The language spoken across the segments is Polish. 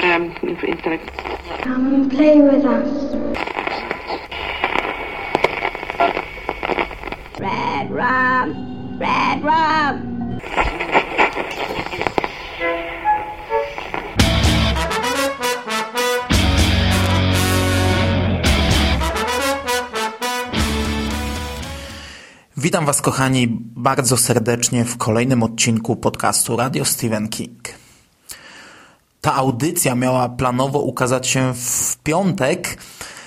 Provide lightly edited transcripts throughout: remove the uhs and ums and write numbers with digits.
Come and play with us. Red rum, red rum. Witam Was, kochani, bardzo serdecznie w kolejnym odcinku podcastu Radio Stephen King. Ta audycja miała planowo ukazać się w piątek,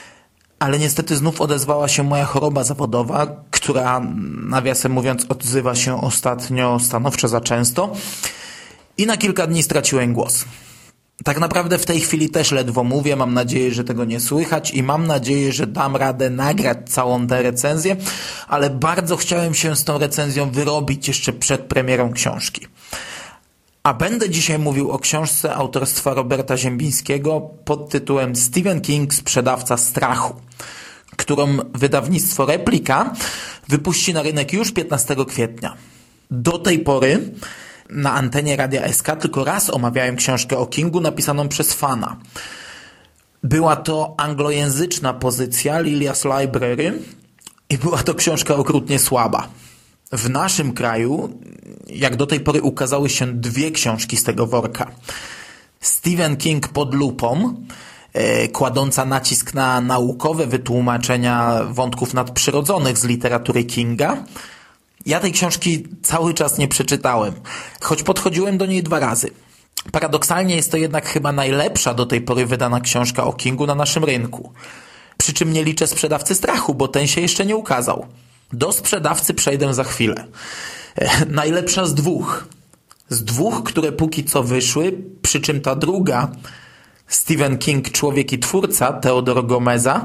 ale niestety znów odezwała się moja choroba zawodowa, która, nawiasem mówiąc, odzywa się ostatnio stanowczo za często i na kilka dni straciłem głos. Tak naprawdę w tej chwili też ledwo mówię, mam nadzieję, że tego nie słychać i mam nadzieję, że dam radę nagrać całą tę recenzję, ale bardzo chciałem się z tą recenzją wyrobić jeszcze przed premierą książki. A będę dzisiaj mówił o książce autorstwa Roberta Ziembińskiego pod tytułem Stephen King, Sprzedawca strachu, którą wydawnictwo Replika wypuści na rynek już 15 kwietnia. Do tej pory na antenie Radia SK tylko raz omawiałem książkę o Kingu napisaną przez fana. Była to anglojęzyczna pozycja Lilia's Library i była to książka okrutnie słaba. W naszym kraju, jak do tej pory, ukazały się dwie książki z tego worka. Stephen King pod lupą, kładąca nacisk na naukowe wytłumaczenia wątków nadprzyrodzonych z literatury Kinga. Ja tej książki cały czas nie przeczytałem, choć podchodziłem do niej 2 razy. Paradoksalnie jest to jednak chyba najlepsza do tej pory wydana książka o Kingu na naszym rynku. Przy czym nie liczę Sprzedawcy strachu, bo ten się jeszcze nie ukazał. Do Sprzedawcy przejdę za chwilę. Najlepsza z 2. Z 2, które póki co wyszły, przy czym ta druga, Stephen King, Człowiek i Twórca, Teodoro Gomeza,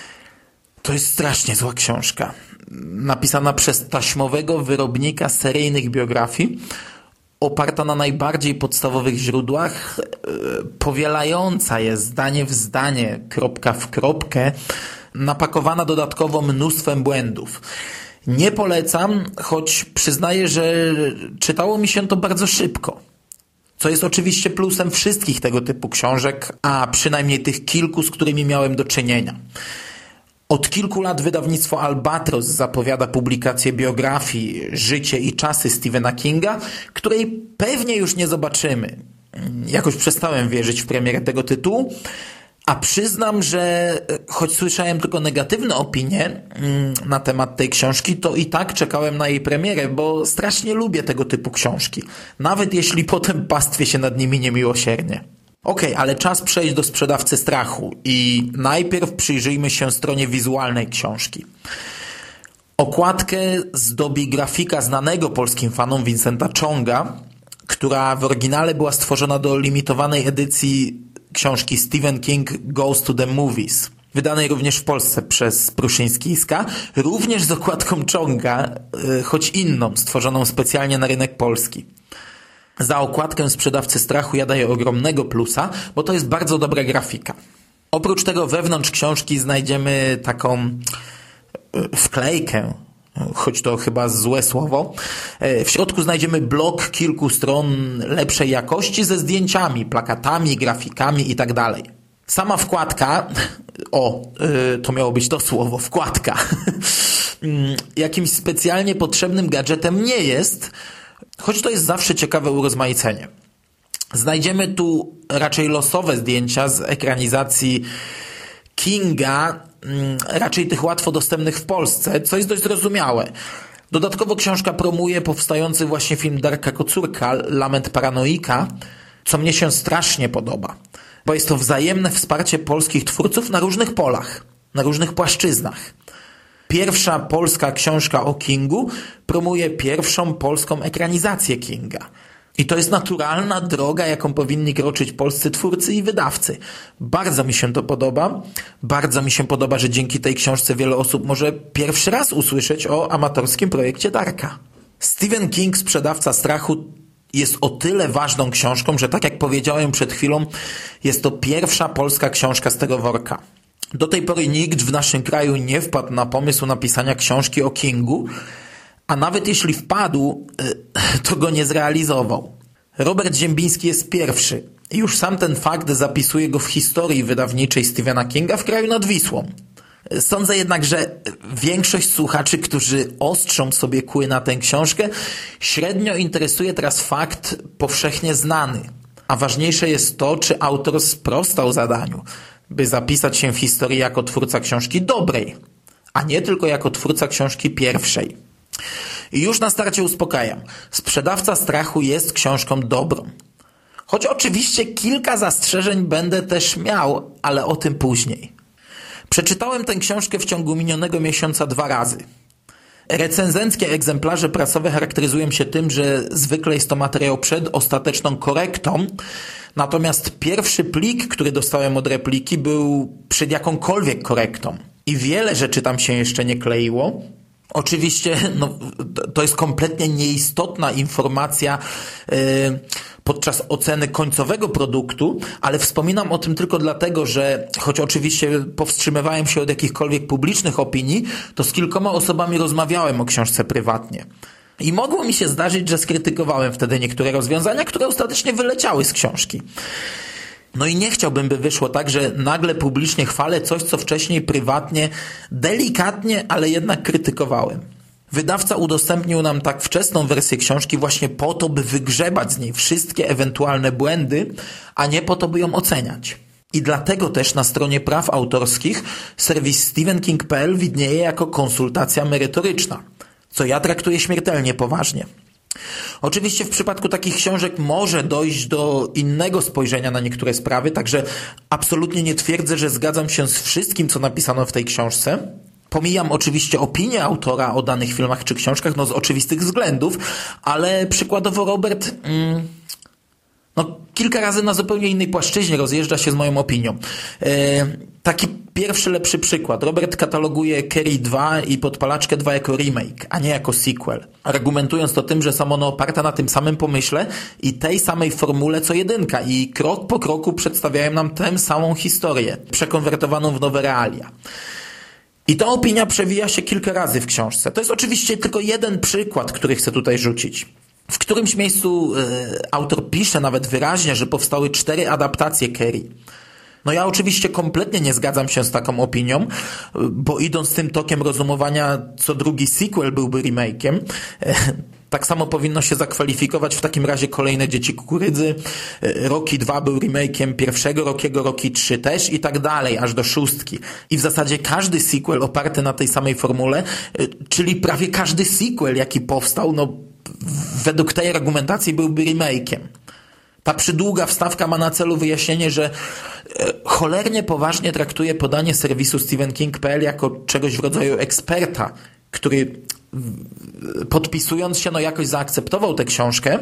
to jest strasznie zła książka. Napisana przez taśmowego wyrobnika seryjnych biografii, oparta na najbardziej podstawowych źródłach, powielająca je zdanie w zdanie, kropka w kropkę, napakowana dodatkowo mnóstwem błędów. Nie polecam, choć przyznaję, że czytało mi się to bardzo szybko. Co jest oczywiście plusem wszystkich tego typu książek, a przynajmniej tych kilku, z którymi miałem do czynienia. Od kilku lat wydawnictwo Albatros zapowiada publikację biografii Życie i czasy Stephena Kinga, której pewnie już nie zobaczymy. Jakoś przestałem wierzyć w premierę tego tytułu, a przyznam, że choć słyszałem tylko negatywne opinie na temat tej książki, to i tak czekałem na jej premierę, bo strasznie lubię tego typu książki, nawet jeśli potem pastwię się nad nimi niemiłosiernie. Okej, ale czas przejść do Sprzedawcy strachu i najpierw przyjrzyjmy się stronie wizualnej książki. Okładkę zdobi grafika znanego polskim fanom Vincenta Chonga, która w oryginale była stworzona do limitowanej edycji książki Stephen King Goes to the Movies, wydanej również w Polsce przez Pruszyński-Iska, również z okładką Chonga, choć inną, stworzoną specjalnie na rynek polski. Za okładkę Sprzedawcy strachu ja daję ogromnego plusa, bo to jest bardzo dobra grafika. Oprócz tego wewnątrz książki znajdziemy taką wklejkę, choć to chyba złe słowo. W środku znajdziemy blok kilku stron lepszej jakości ze zdjęciami, plakatami, grafikami itd. Sama wkładka, to miało być to słowo, wkładka, jakimś specjalnie potrzebnym gadżetem nie jest, choć to jest zawsze ciekawe urozmaicenie. Znajdziemy tu raczej losowe zdjęcia z ekranizacji Kinga, raczej tych łatwo dostępnych w Polsce, co jest dość zrozumiałe. Dodatkowo książka promuje powstający właśnie film Darka Kocurka, Lament Paranoika, co mnie się strasznie podoba, bo jest to wzajemne wsparcie polskich twórców na różnych polach, na różnych płaszczyznach. Pierwsza polska książka o Kingu promuje pierwszą polską ekranizację Kinga. I to jest naturalna droga, jaką powinni kroczyć polscy twórcy i wydawcy. Bardzo mi się to podoba. Bardzo mi się podoba, że dzięki tej książce wiele osób może pierwszy raz usłyszeć o amatorskim projekcie Darka. Stephen King, Sprzedawca strachu, jest o tyle ważną książką, że tak jak powiedziałem przed chwilą, jest to pierwsza polska książka z tego worka. Do tej pory nikt w naszym kraju nie wpadł na pomysł napisania książki o Kingu, a nawet jeśli wpadł, to go nie zrealizował. Robert Ziembiński jest pierwszy Już sam ten fakt zapisuje go w historii wydawniczej Stephena Kinga w kraju nad Wisłą. Sądzę jednak, że większość słuchaczy, którzy ostrzą sobie kły na tę książkę, średnio interesuje teraz fakt powszechnie znany. A ważniejsze jest to, czy autor sprostał zadaniu, by zapisać się w historii jako twórca książki dobrej, a nie tylko jako twórca książki pierwszej. I już na starcie uspokajam. Sprzedawca strachu jest książką dobrą. Choć oczywiście kilka zastrzeżeń będę też miał, ale o tym później. Przeczytałem tę książkę w ciągu minionego miesiąca 2 razy. Recenzenckie egzemplarze prasowe charakteryzują się tym, że zwykle jest to materiał przed ostateczną korektą, natomiast pierwszy plik, który dostałem od Repliki, był przed jakąkolwiek korektą. I wiele rzeczy tam się jeszcze nie kleiło. Oczywiście to jest kompletnie nieistotna informacja podczas oceny końcowego produktu, ale wspominam o tym tylko dlatego, że choć oczywiście powstrzymywałem się od jakichkolwiek publicznych opinii, to z kilkoma osobami rozmawiałem o książce prywatnie. I mogło mi się zdarzyć, że skrytykowałem wtedy niektóre rozwiązania, które ostatecznie wyleciały z książki. No i nie chciałbym, by wyszło tak, że nagle publicznie chwalę coś, co wcześniej prywatnie, delikatnie, ale jednak krytykowałem. Wydawca udostępnił nam tak wczesną wersję książki właśnie po to, by wygrzebać z niej wszystkie ewentualne błędy, a nie po to, by ją oceniać. I dlatego też na stronie praw autorskich serwis stevenking.pl widnieje jako konsultacja merytoryczna, co ja traktuję śmiertelnie poważnie. Oczywiście w przypadku takich książek może dojść do innego spojrzenia na niektóre sprawy, także absolutnie nie twierdzę, że zgadzam się z wszystkim, co napisano w tej książce. Pomijam oczywiście opinię autora o danych filmach czy książkach, z oczywistych względów, ale przykładowo Robert kilka razy na zupełnie innej płaszczyźnie rozjeżdża się z moją opinią. Taki pierwszy, lepszy przykład. Robert kataloguje Carrie 2 i Podpalaczkę 2 jako remake, a nie jako sequel. Argumentując to tym, że są one oparte na tym samym pomyśle i tej samej formule co jedynka i krok po kroku przedstawiają nam tę samą historię, przekonwertowaną w nowe realia. I ta opinia przewija się kilka razy w książce. To jest oczywiście tylko jeden przykład, który chcę tutaj rzucić. W którymś miejscu autor pisze nawet wyraźnie, że powstały 4 adaptacje Carrie. Ja oczywiście kompletnie nie zgadzam się z taką opinią, bo idąc tym tokiem rozumowania, co drugi sequel byłby remake'iem, tak samo powinno się zakwalifikować w takim razie Kolejne Dzieci Kukurydzy, Rocky 2 był remake'iem pierwszego Rockiego, Rocky 3 też i tak dalej, aż do 6. I w zasadzie każdy sequel oparty na tej samej formule, czyli prawie każdy sequel, jaki powstał, według tej argumentacji byłby remake'iem. Ta przydługa wstawka ma na celu wyjaśnienie, że cholernie poważnie traktuje podanie serwisu stevenking.pl jako czegoś w rodzaju eksperta, który podpisując się jakoś zaakceptował tę książkę,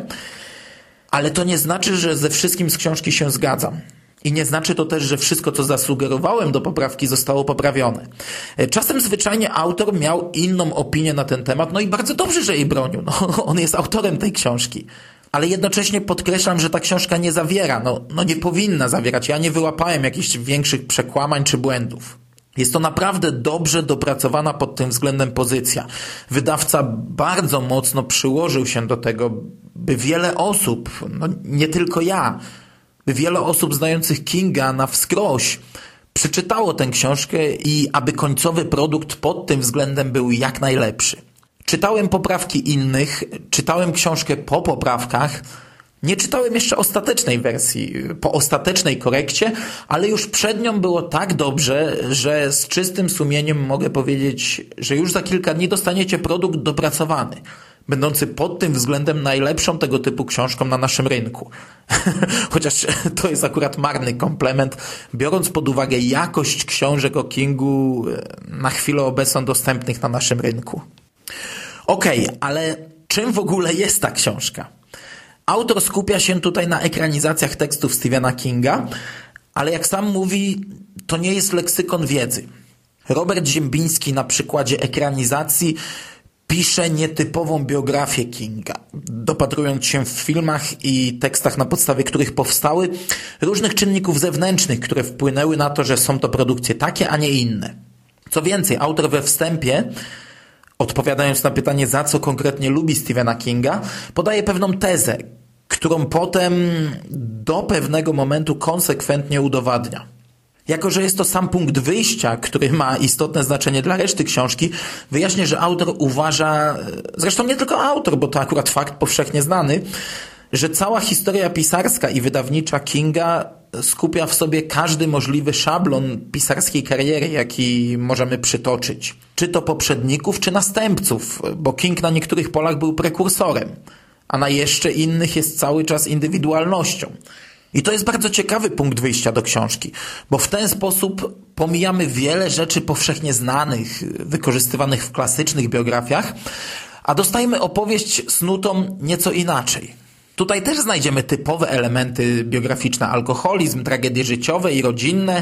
ale to nie znaczy, że ze wszystkim z książki się zgadzam. I nie znaczy to też, że wszystko, co zasugerowałem do poprawki, zostało poprawione. Czasem zwyczajnie autor miał inną opinię na ten temat, i bardzo dobrze, że jej bronił. On jest autorem tej książki. Ale jednocześnie podkreślam, że ta książka nie zawiera, nie powinna zawierać. Ja nie wyłapałem jakichś większych przekłamań czy błędów. Jest to naprawdę dobrze dopracowana pod tym względem pozycja. Wydawca bardzo mocno przyłożył się do tego, by wiele osób, nie tylko ja, by wiele osób znających Kinga na wskroś przeczytało tę książkę i aby końcowy produkt pod tym względem był jak najlepszy. Czytałem poprawki innych, czytałem książkę po poprawkach, nie czytałem jeszcze ostatecznej wersji, po ostatecznej korekcie, ale już przed nią było tak dobrze, że z czystym sumieniem mogę powiedzieć, że już za kilka dni dostaniecie produkt dopracowany, będący pod tym względem najlepszą tego typu książką na naszym rynku. Chociaż to jest akurat marny komplement, biorąc pod uwagę jakość książek o Kingu na chwilę obecną dostępnych na naszym rynku. Okej, ale czym w ogóle jest ta książka? Autor skupia się tutaj na ekranizacjach tekstów Stephena Kinga, ale jak sam mówi, to nie jest leksykon wiedzy. Robert Ziembiński na przykładzie ekranizacji pisze nietypową biografię Kinga, dopatrując się w filmach i tekstach, na podstawie których powstały, różnych czynników zewnętrznych, które wpłynęły na to, że są to produkcje takie, a nie inne. Co więcej, autor we wstępie, odpowiadając na pytanie, za co konkretnie lubi Stephena Kinga, podaje pewną tezę, którą potem do pewnego momentu konsekwentnie udowadnia. Jako że jest to sam punkt wyjścia, który ma istotne znaczenie dla reszty książki, wyjaśnię, że autor uważa, zresztą nie tylko autor, bo to akurat fakt powszechnie znany, że cała historia pisarska i wydawnicza Kinga skupia w sobie każdy możliwy szablon pisarskiej kariery, jaki możemy przytoczyć. Czy to poprzedników, czy następców, bo King na niektórych polach był prekursorem, a na jeszcze innych jest cały czas indywidualnością. I to jest bardzo ciekawy punkt wyjścia do książki, bo w ten sposób pomijamy wiele rzeczy powszechnie znanych, wykorzystywanych w klasycznych biografiach, a dostajemy opowieść snutą nieco inaczej. Tutaj też znajdziemy typowe elementy biograficzne, alkoholizm, tragedie życiowe i rodzinne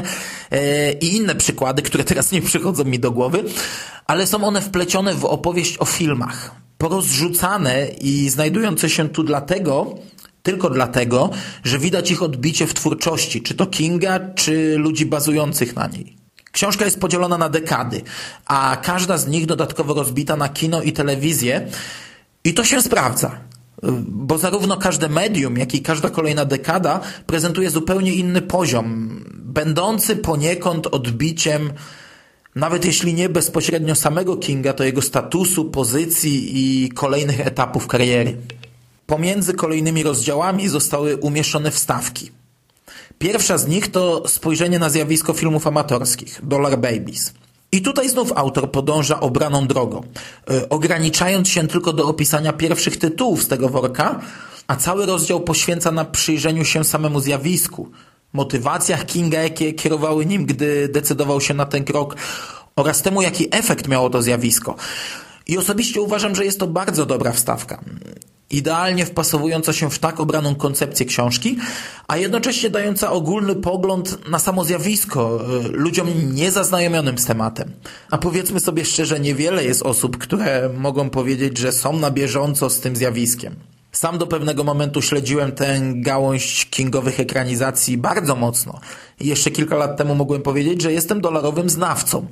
i inne przykłady, które teraz nie przychodzą mi do głowy, ale są one wplecione w opowieść o filmach, porozrzucane i znajdujące się tu tylko dlatego, że widać ich odbicie w twórczości, czy to Kinga, czy ludzi bazujących na niej. Książka jest podzielona na dekady, a każda z nich dodatkowo rozbita na kino i telewizję i to się sprawdza. Bo zarówno każde medium, jak i każda kolejna dekada prezentuje zupełnie inny poziom, będący poniekąd odbiciem, nawet jeśli nie bezpośrednio samego Kinga, to jego statusu, pozycji i kolejnych etapów kariery. Pomiędzy kolejnymi rozdziałami zostały umieszczone wstawki. Pierwsza z nich to spojrzenie na zjawisko filmów amatorskich, Dollar Babies. I tutaj znów autor podąża obraną drogą, ograniczając się tylko do opisania pierwszych tytułów z tego worka, a cały rozdział poświęca na przyjrzeniu się samemu zjawisku, motywacjach Kinga, jakie kierowały nim, gdy decydował się na ten krok, oraz temu, jaki efekt miało to zjawisko. I osobiście uważam, że jest to bardzo dobra wstawka. Idealnie wpasowująca się w tak obraną koncepcję książki, a jednocześnie dająca ogólny pogląd na samo zjawisko ludziom niezaznajomionym z tematem. A powiedzmy sobie szczerze, niewiele jest osób, które mogą powiedzieć, że są na bieżąco z tym zjawiskiem. Sam do pewnego momentu śledziłem tę gałąź kingowych ekranizacji bardzo mocno. I jeszcze kilka lat temu mogłem powiedzieć, że jestem dolarowym znawcą.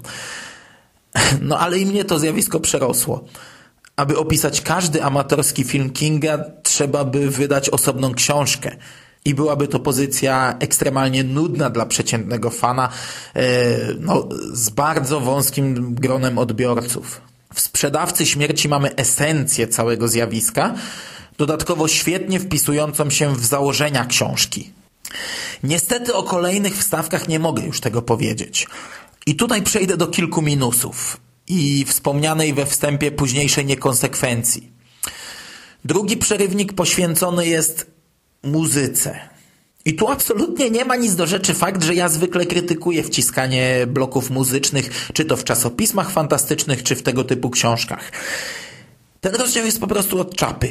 No ale i mnie to zjawisko przerosło. Aby opisać każdy amatorski film Kinga, trzeba by wydać osobną książkę. I byłaby to pozycja ekstremalnie nudna dla przeciętnego fana, z bardzo wąskim gronem odbiorców. W Sprzedawcy Śmierci mamy esencję całego zjawiska, dodatkowo świetnie wpisującą się w założenia książki. Niestety o kolejnych wstawkach nie mogę już tego powiedzieć. I tutaj przejdę do kilku minusów i wspomnianej we wstępie późniejszej niekonsekwencji. Drugi przerywnik poświęcony jest muzyce. I tu absolutnie nie ma nic do rzeczy fakt, że ja zwykle krytykuję wciskanie bloków muzycznych, czy to w czasopismach fantastycznych, czy w tego typu książkach. Ten rozdział jest po prostu od czapy.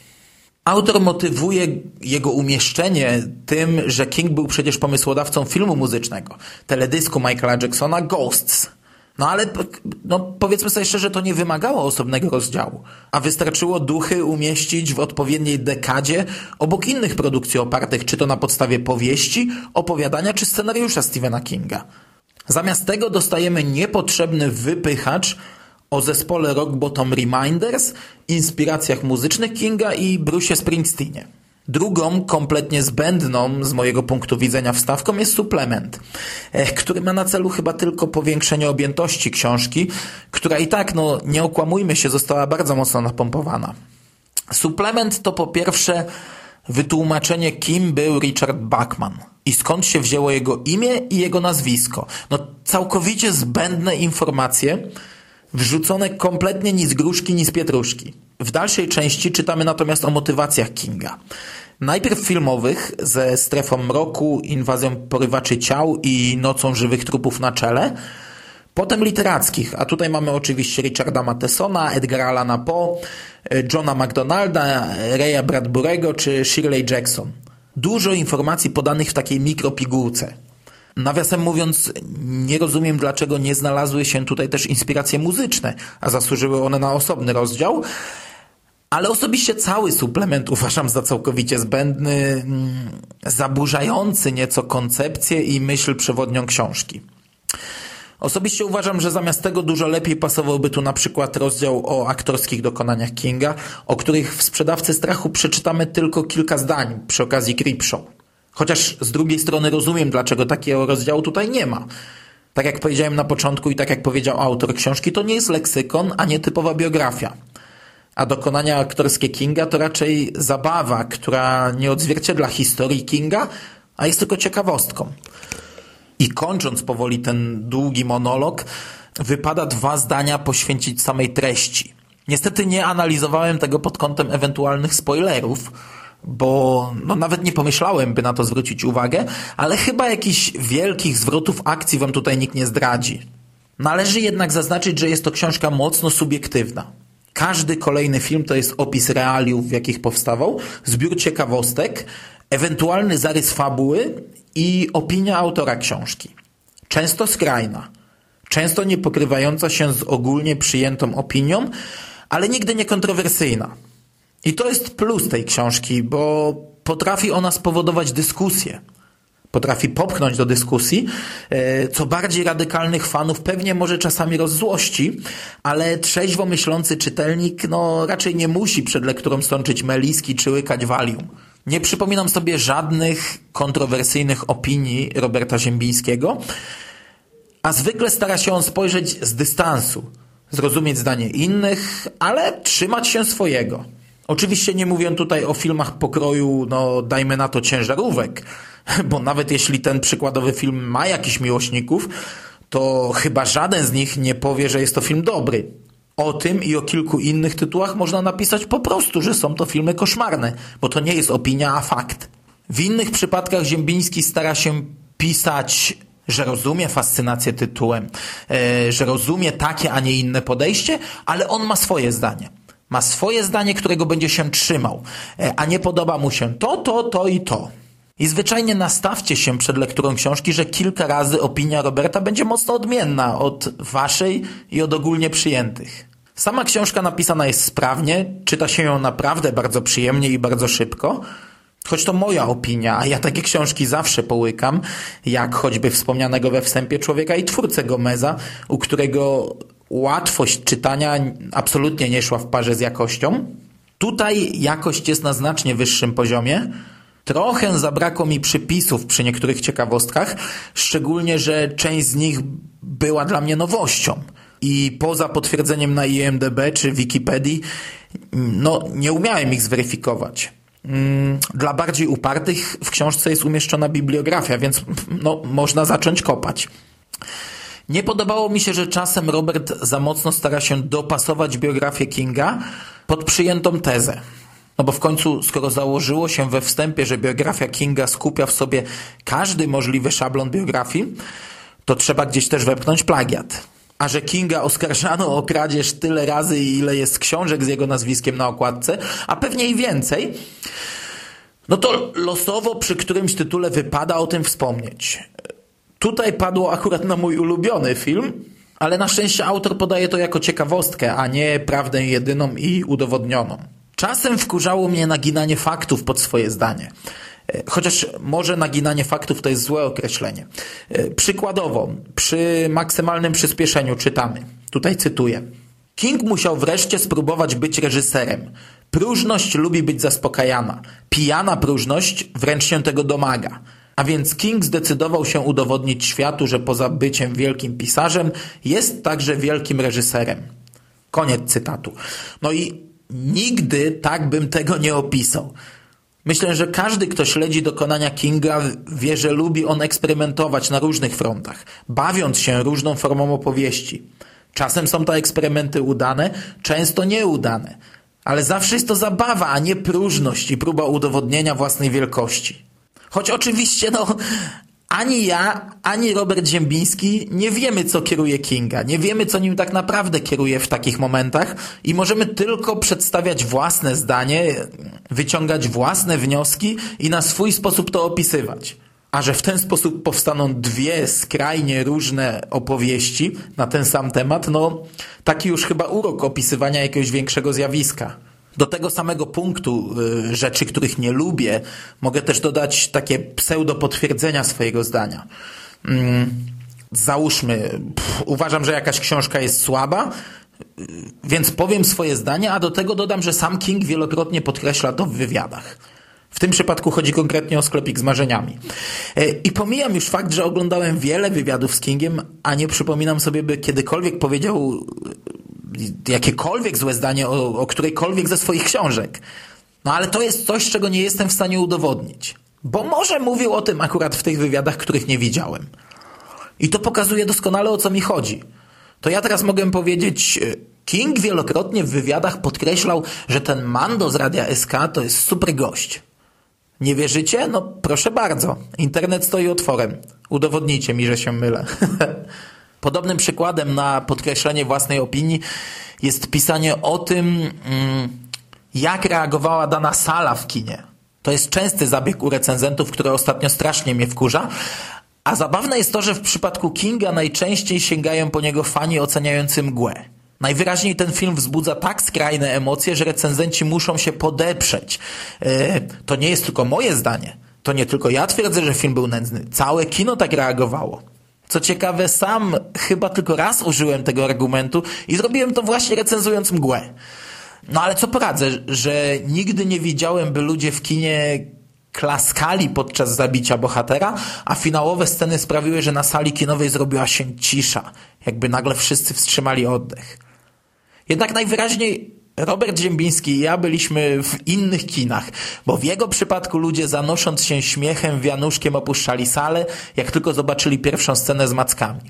Autor motywuje jego umieszczenie tym, że King był przecież pomysłodawcą filmu muzycznego, teledysku Michaela Jacksona Ghosts. No ale powiedzmy sobie szczerze, to nie wymagało osobnego rozdziału, a wystarczyło Duchy umieścić w odpowiedniej dekadzie obok innych produkcji opartych czy to na podstawie powieści, opowiadania czy scenariusza Stephena Kinga. Zamiast tego dostajemy niepotrzebny wypychacz o zespole Rock Bottom Reminders, inspiracjach muzycznych Kinga i Bruce'ie Springsteenie. Drugą, kompletnie zbędną z mojego punktu widzenia wstawką jest suplement, który ma na celu chyba tylko powiększenie objętości książki, która i tak, nie okłamujmy się, została bardzo mocno napompowana. Suplement to po pierwsze wytłumaczenie, kim był Richard Bachman i skąd się wzięło jego imię i jego nazwisko. Całkowicie zbędne informacje, wrzucone kompletnie ni z gruszki, ni z pietruszki. W dalszej części czytamy natomiast o motywacjach Kinga. Najpierw filmowych, ze Strefą mroku, Inwazją porywaczy ciał i Nocą żywych trupów na czele. Potem literackich, a tutaj mamy oczywiście Richarda Mathesona, Edgara Allana Poe, Johna MacDonalda, Raya Bradbury'ego czy Shirley Jackson. Dużo informacji podanych w takiej mikropigułce. Nawiasem mówiąc, nie rozumiem, dlaczego nie znalazły się tutaj też inspiracje muzyczne, a zasłużyły one na osobny rozdział, ale osobiście cały suplement uważam za całkowicie zbędny, zaburzający nieco koncepcję i myśl przewodnią książki. Osobiście uważam, że zamiast tego dużo lepiej pasowałby tu na przykład rozdział o aktorskich dokonaniach Kinga, o których w Sprzedawcy strachu przeczytamy tylko kilka zdań przy okazji Creepshow. Chociaż z drugiej strony rozumiem, dlaczego takiego rozdziału tutaj nie ma. Tak jak powiedziałem na początku i tak jak powiedział autor książki, to nie jest leksykon, a nie typowa biografia. A dokonania aktorskie Kinga to raczej zabawa, która nie odzwierciedla historii Kinga, a jest tylko ciekawostką. I kończąc powoli ten długi monolog, wypada 2 zdania poświęcić samej treści. Niestety nie analizowałem tego pod kątem ewentualnych spoilerów, bo nawet nie pomyślałem, by na to zwrócić uwagę, ale chyba jakichś wielkich zwrotów akcji wam tutaj nikt nie zdradzi. Należy jednak zaznaczyć, że jest to książka mocno subiektywna. Każdy kolejny film to jest opis realiów, w jakich powstawał, zbiór ciekawostek, ewentualny zarys fabuły i opinia autora książki. Często skrajna, często nie pokrywająca się z ogólnie przyjętą opinią, ale nigdy nie kontrowersyjna. I to jest plus tej książki, bo potrafi ona spowodować dyskusję. Potrafi popchnąć do dyskusji, co bardziej radykalnych fanów pewnie może czasami rozzłości, ale trzeźwo myślący czytelnik raczej nie musi przed lekturą sączyć meliski czy łykać Valium. Nie przypominam sobie żadnych kontrowersyjnych opinii Roberta Ziembińskiego, a zwykle stara się on spojrzeć z dystansu, zrozumieć zdanie innych, ale trzymać się swojego. Oczywiście nie mówię tutaj o filmach pokroju, dajmy na to ciężarówek, bo nawet jeśli ten przykładowy film ma jakichś miłośników, to chyba żaden z nich nie powie, że jest to film dobry. O tym i o kilku innych tytułach można napisać po prostu, że są to filmy koszmarne, bo to nie jest opinia, a fakt. W innych przypadkach Ziembiński stara się pisać, że rozumie fascynację tytułem, że rozumie takie, a nie inne podejście, ale on ma swoje zdanie. Ma swoje zdanie, którego będzie się trzymał, a nie podoba mu się to i to. I zwyczajnie nastawcie się przed lekturą książki, że kilka razy opinia Roberta będzie mocno odmienna od waszej i od ogólnie przyjętych. Sama książka napisana jest sprawnie, czyta się ją naprawdę bardzo przyjemnie i bardzo szybko, choć to moja opinia, a ja takie książki zawsze połykam, jak choćby wspomnianego we wstępie Człowieka i twórcę Gomeza, u którego łatwość czytania absolutnie nie szła w parze z jakością. Tutaj jakość jest na znacznie wyższym poziomie. Trochę zabrakło mi przypisów przy niektórych ciekawostkach, szczególnie, że część z nich była dla mnie nowością. I poza potwierdzeniem na IMDb czy Wikipedii, nie umiałem ich zweryfikować. Dla bardziej upartych w książce jest umieszczona bibliografia, więc można zacząć kopać. Nie podobało mi się, że czasem Robert za mocno stara się dopasować biografię Kinga pod przyjętą tezę. Bo w końcu, skoro założyło się we wstępie, że biografia Kinga skupia w sobie każdy możliwy szablon biografii, to trzeba gdzieś też wepchnąć plagiat. A że Kinga oskarżano o kradzież tyle razy, ile jest książek z jego nazwiskiem na okładce, a pewnie i więcej, to losowo przy którymś tytule wypada o tym wspomnieć. Tutaj padło akurat na mój ulubiony film, ale na szczęście autor podaje to jako ciekawostkę, a nie prawdę jedyną i udowodnioną. Czasem wkurzało mnie naginanie faktów pod swoje zdanie. Chociaż może naginanie faktów to jest złe określenie. Przykładowo, przy maksymalnym przyspieszeniu czytamy. Tutaj cytuję. King musiał wreszcie spróbować być reżyserem. Próżność lubi być zaspokajana. Pijana próżność wręcz się tego domaga. A więc King zdecydował się udowodnić światu, że poza byciem wielkim pisarzem jest także wielkim reżyserem. Koniec cytatu. I nigdy tak bym tego nie opisał. Myślę, że każdy, kto śledzi dokonania Kinga, wie, że lubi on eksperymentować na różnych frontach, bawiąc się różną formą opowieści. Czasem są to eksperymenty udane, często nieudane, ale zawsze jest to zabawa, a nie próżność i próba udowodnienia własnej wielkości. Choć oczywiście, ani ja, ani Robert Ziembiński nie wiemy, co kieruje Kinga. Nie wiemy, co nim tak naprawdę kieruje w takich momentach i możemy tylko przedstawiać własne zdanie, wyciągać własne wnioski i na swój sposób to opisywać. A że w ten sposób powstaną 2 skrajnie różne opowieści na ten sam temat, taki już chyba urok opisywania jakiegoś większego zjawiska. Do tego samego punktu rzeczy, których nie lubię, mogę też dodać takie pseudo-potwierdzenia swojego zdania. Załóżmy, uważam, że jakaś książka jest słaba, więc powiem swoje zdanie, a do tego dodam, że sam King wielokrotnie podkreśla to w wywiadach. W tym przypadku chodzi konkretnie o Sklepik z marzeniami. I pomijam już fakt, że oglądałem wiele wywiadów z Kingiem, a nie przypominam sobie, by kiedykolwiek powiedział jakiekolwiek złe zdanie o którejkolwiek ze swoich książek. No ale to jest coś, czego nie jestem w stanie udowodnić. Bo może mówił o tym akurat w tych wywiadach, których nie widziałem. I to pokazuje doskonale, o co mi chodzi. To ja teraz mogę powiedzieć, King wielokrotnie w wywiadach podkreślał, że ten Mando z Radia SK to jest super gość. Nie wierzycie? No proszę bardzo. Internet stoi otworem. Udowodnijcie mi, że się mylę. Podobnym przykładem na podkreślenie własnej opinii jest pisanie o tym, jak reagowała dana sala w kinie. To jest częsty zabieg u recenzentów, który ostatnio strasznie mnie wkurza. A zabawne jest to, że w przypadku Kinga najczęściej sięgają po niego fani oceniający Mgłę. Najwyraźniej ten film wzbudza tak skrajne emocje, że recenzenci muszą się podeprzeć. To nie jest tylko moje zdanie. To nie tylko ja twierdzę, że film był nędzny. Całe kino tak reagowało. Co ciekawe, sam chyba tylko raz użyłem tego argumentu i zrobiłem to właśnie recenzując Mgłę. No ale co poradzę, że nigdy nie widziałem, by ludzie w kinie klaskali podczas zabicia bohatera, a finałowe sceny sprawiły, że na sali kinowej zrobiła się cisza, jakby nagle wszyscy wstrzymali oddech. Jednak najwyraźniej Robert Ziembiński i ja byliśmy w innych kinach, bo w jego przypadku ludzie zanosząc się śmiechem wianuszkiem opuszczali salę, jak tylko zobaczyli pierwszą scenę z mackami.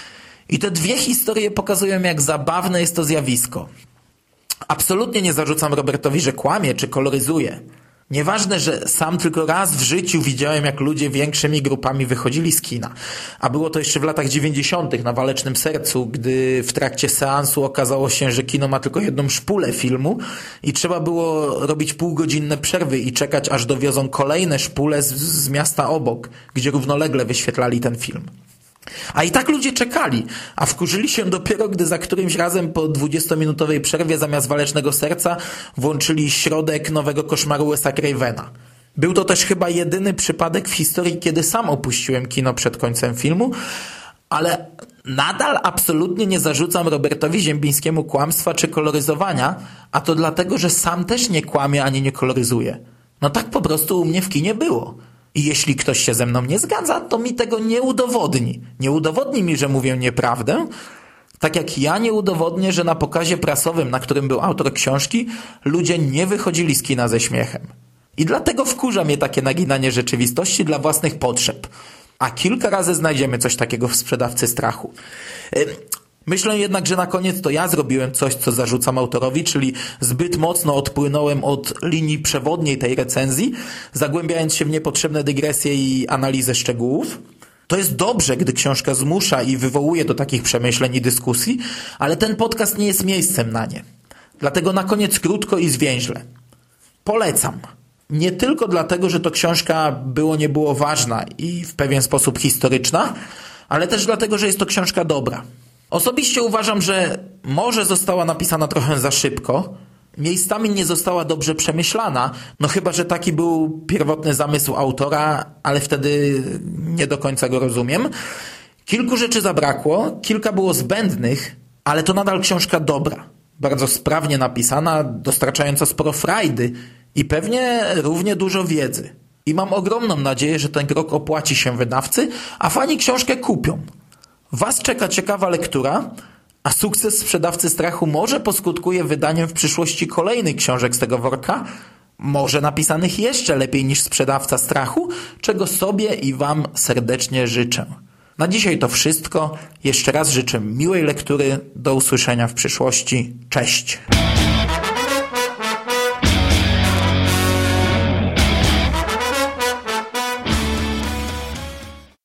I te dwie historie pokazują, jak zabawne jest to zjawisko. Absolutnie nie zarzucam Robertowi, że kłamie czy koloryzuje. Nieważne, że sam tylko raz w życiu widziałem, jak ludzie większymi grupami wychodzili z kina. A było to jeszcze w latach 90. na Walecznym Sercu, gdy w trakcie seansu okazało się, że kino ma tylko jedną szpulę filmu i trzeba było robić półgodzinne przerwy i czekać, aż dowiozą kolejne szpule z miasta obok, gdzie równolegle wyświetlali ten film. A i tak ludzie czekali, a wkurzyli się dopiero, gdy za którymś razem po 20-minutowej przerwie zamiast Walecznego Serca włączyli Środek Nowego Koszmaru Wesa Cravena. Był to też chyba jedyny przypadek w historii, kiedy sam opuściłem kino przed końcem filmu, ale nadal absolutnie nie zarzucam Robertowi Ziembińskiemu kłamstwa czy koloryzowania, a to dlatego, że sam też nie kłamie ani nie koloryzuje. No tak po prostu u mnie w kinie było. I jeśli ktoś się ze mną nie zgadza, to mi tego nie udowodni. Nie udowodni mi, że mówię nieprawdę, tak jak ja nie udowodnię, że na pokazie prasowym, na którym był autor książki, ludzie nie wychodzili z kina ze śmiechem. I dlatego wkurza mnie takie naginanie rzeczywistości dla własnych potrzeb. A kilka razy znajdziemy coś takiego w Sprzedawcy Strachu. Myślę jednak, że na koniec to ja zrobiłem coś, co zarzucam autorowi, czyli zbyt mocno odpłynąłem od linii przewodniej tej recenzji, zagłębiając się w niepotrzebne dygresje i analizę szczegółów. To jest dobrze, gdy książka zmusza i wywołuje do takich przemyśleń i dyskusji, ale ten podcast nie jest miejscem na nie. Dlatego na koniec krótko i zwięźle. Polecam. Nie tylko dlatego, że to książka było nie było ważna i w pewien sposób historyczna, ale też dlatego, że jest to książka dobra. Osobiście uważam, że może została napisana trochę za szybko, miejscami nie została dobrze przemyślana, no chyba że taki był pierwotny zamysł autora, ale wtedy nie do końca go rozumiem. Kilku rzeczy zabrakło, kilka było zbędnych, ale to nadal książka dobra, bardzo sprawnie napisana, dostarczająca sporo frajdy i pewnie równie dużo wiedzy. I mam ogromną nadzieję, że ten krok opłaci się wydawcy, a fani książkę kupią. Was czeka ciekawa lektura, a sukces Sprzedawcy Strachu może poskutkuje wydaniem w przyszłości kolejnych książek z tego worka, może napisanych jeszcze lepiej niż Sprzedawca Strachu, czego sobie i wam serdecznie życzę. Na dzisiaj to wszystko. Jeszcze raz życzę miłej lektury. Do usłyszenia w przyszłości. Cześć!